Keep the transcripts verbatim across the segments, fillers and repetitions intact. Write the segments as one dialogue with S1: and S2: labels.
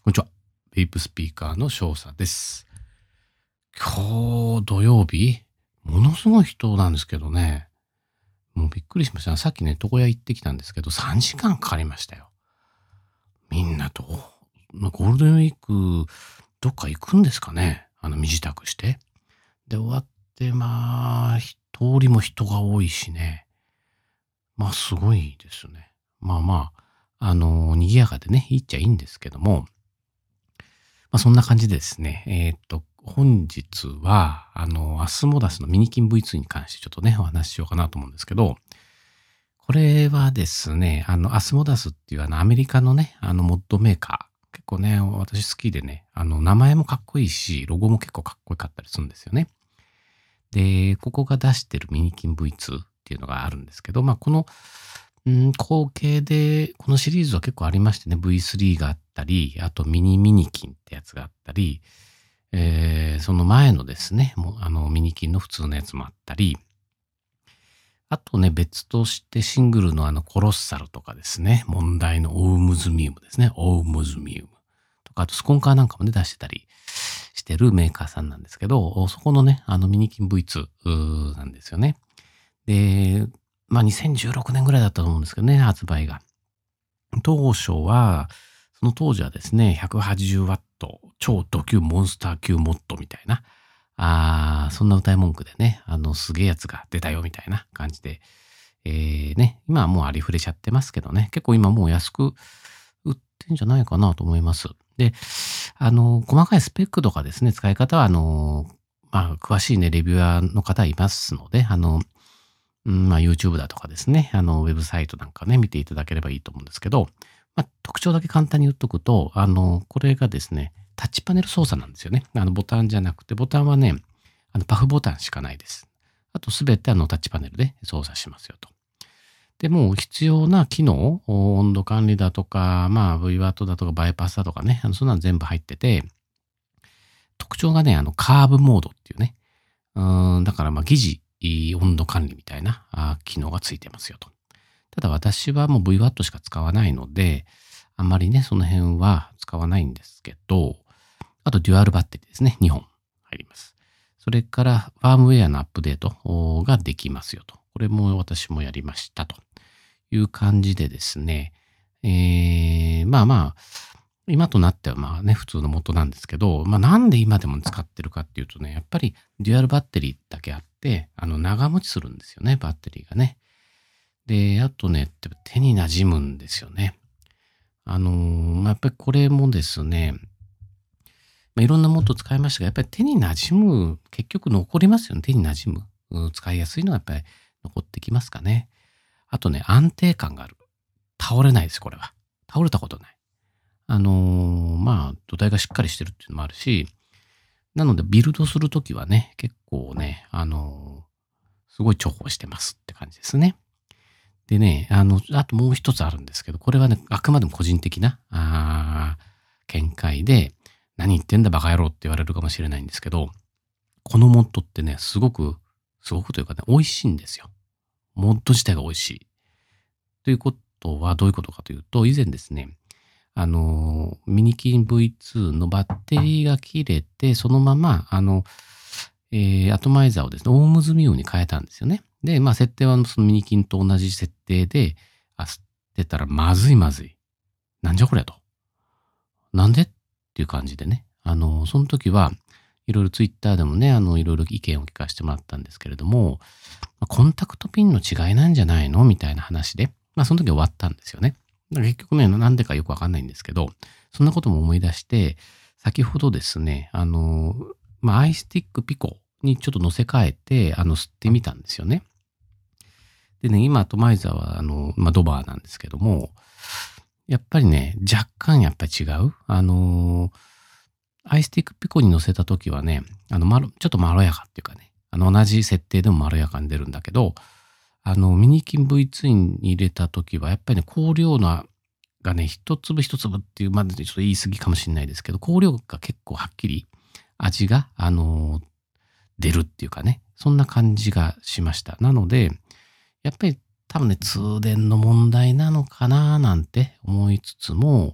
S1: こんにちは。ベイプスピーカーの翔さです。今日土曜日、ものすごい人なんですけどね。もうびっくりしました。さっきね、床屋行ってきたんですけど、さんじかんかかりましたよ。みんなどう、ゴールデンウィーク、どっか行くんですかね。あの、身支度して。で、終わって、まあ、通りも人が多いしね。まあ、すごいですね。まあまあ、あの、賑やかでね、いいっちゃいいんですけども、まあ、そんな感じでですね、えーっと、本日は、あの、アスモダスのミニキン ブイツー に関してちょっとね、お話ししようかなと思うんですけど、これはですね、あの、アスモダスっていうあの、アメリカのね、あの、モッドメーカー。結構ね、私好きでね、あの、名前もかっこいいし、ロゴも結構かっこよかったりするんですよね。で、ここが出してるミニキン ブイツー っていうのがあるんですけど、まあ、この、うん、後継で、このシリーズは結構ありましてね、ブイスリー があったり、あとミニミニキンってやつがあったり、えー、その前のですね、もうあのミニキンの普通のやつもあったり、あとね、別としてシングルのあのコロッサルとかですね、問題のオウムズミウムですね、オウムズミウムとか、あとスコンカーなんかもね、出してたりしてるメーカーさんなんですけど、そこのね、あのミニキン ブイツー なんですよね。で、まあにせんじゅうろくねんぐらいだったと思うんですけどね、発売が。当初は、その当時はですね、ひゃくはちじゅうワット、超ド級モンスター級モッドみたいな、あーそんな歌い文句でね、あの、すげえやつが出たよみたいな感じで、えー、ね、今はもうありふれちゃってますけどね、結構今もう安く売ってんじゃないかなと思います。で、あの、細かいスペックとかですね、使い方は、あの、まあ、詳しいね、レビュアーの方いますので、あの、うん、まあ、YouTube だとかですね、あの、ウェブサイトなんかね、見ていただければいいと思うんですけど、まあ、特徴だけ簡単に言っとくと、あの、これがですね、タッチパネル操作なんですよね。あの、ボタンじゃなくて、ボタンはね、あの、パフボタンしかないです。あと、すべてあの、タッチパネルで操作しますよと。で、もう必要な機能、温度管理だとか、まあ、ブイワット だとか、バイパスだとかね、あの、そんなの全部入ってて、特徴がね、あの、カーブモードっていうね、うーん、だからまあ疑似温度管理みたいなあ機能がついてますよと。ただ私はもう ブイワット しか使わないので、あんまりね、その辺は使わないんですけど、あとデュアルバッテリーですね、にほん入ります。それからファームウェアのアップデートができますよと。これも私もやりましたという感じでですね、えー、まあまあ、今となってはまあね、普通の元なんですけど、まあなんで今でも使ってるかっていうとね、やっぱりデュアルバッテリーだけあって、あの長持ちするんですよね、バッテリーがね。で、あとね、手に馴染むんですよね。あのーまあ、やっぱりこれもですね、まあ、いろんなものと使いましたが、やっぱり手に馴染む、結局残りますよね、手に馴染む。うん使いやすいのはやっぱり残ってきますかね。あとね、安定感がある。倒れないです、これは。倒れたことない。あのーまあ、土台がしっかりしてるっていうのもあるし、なのでビルドするときはね、結構ね、あのーすごい重宝してますって感じですね。でね、あの、あともう一つあるんですけど、これはね、あくまでも個人的な、あー見解で、何言ってんだバカ野郎って言われるかもしれないんですけど、このモッドってね、すごく、すごくというかね、美味しいんですよ。モッド自体が美味しい。ということはどういうことかというと、以前ですね、あの、ミニキン ブイツー のバッテリーが切れて、そのまま、あの、えー、アトマイザーをですね、オウムズミウに変えたんですよね。で、まあ、設定はそのミニキンと同じ設定で、あ、吸ってたらまずいまずい。なんじゃこりゃと。なんでっていう感じでね。あの、その時は、いろいろツイッターでもね、あの、いろいろ意見を聞かせてもらったんですけれども、まあコンタクトピンの違いなんじゃないのみたいな話で、まあ、その時終わったんですよね。だから結局ね、なんでかよくわかんないんですけど、そんなことも思い出して、先ほどですね、あの、まあ、アイスティックピコにちょっと乗せ替えて、あの、吸ってみたんですよね。でね、今、アトマイザーは、あの、まあ、ドバーなんですけども、やっぱりね、若干やっぱり違う。あの、アイスティックピコに乗せた時はね、あの、まろ、ちょっとまろやかっていうかね、あの、同じ設定でもまろやかに出るんだけど、あの、ミニキン ブイツー に入れた時は、やっぱりね、香料のがね、一粒一粒っていう、までちょっと言い過ぎかもしれないですけど、香料が結構はっきり味が、あのー出るっていうかね、そんな感じがしました。なので、やっぱり多分ね、通電の問題なのかななんて思いつつも、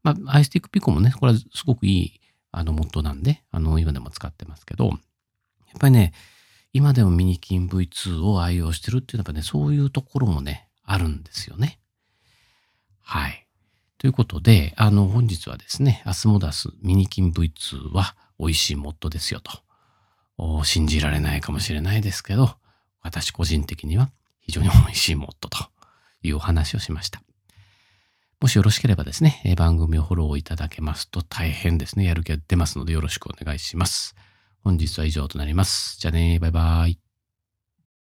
S1: まあ、アイスティックピコもね、これはすごくいい、あの、モッドなんで、あの、今でも使ってますけど、やっぱりね、今でもミニキン ブイツー を愛用してるっていうのはね、そういうところもね、あるんですよね。はい。ということで、あの、本日はですね、アスモダスミニキン ブイツー は美味しいモッドですよと。お信じられないかもしれないですけど、私個人的には非常に美味しいモッドというお話をしました。もしよろしければですね、えー番組をフォローいただけますと大変ですね、やる気が出ますのでよろしくお願いします。本日は以上となります。じゃあね、バイバイ。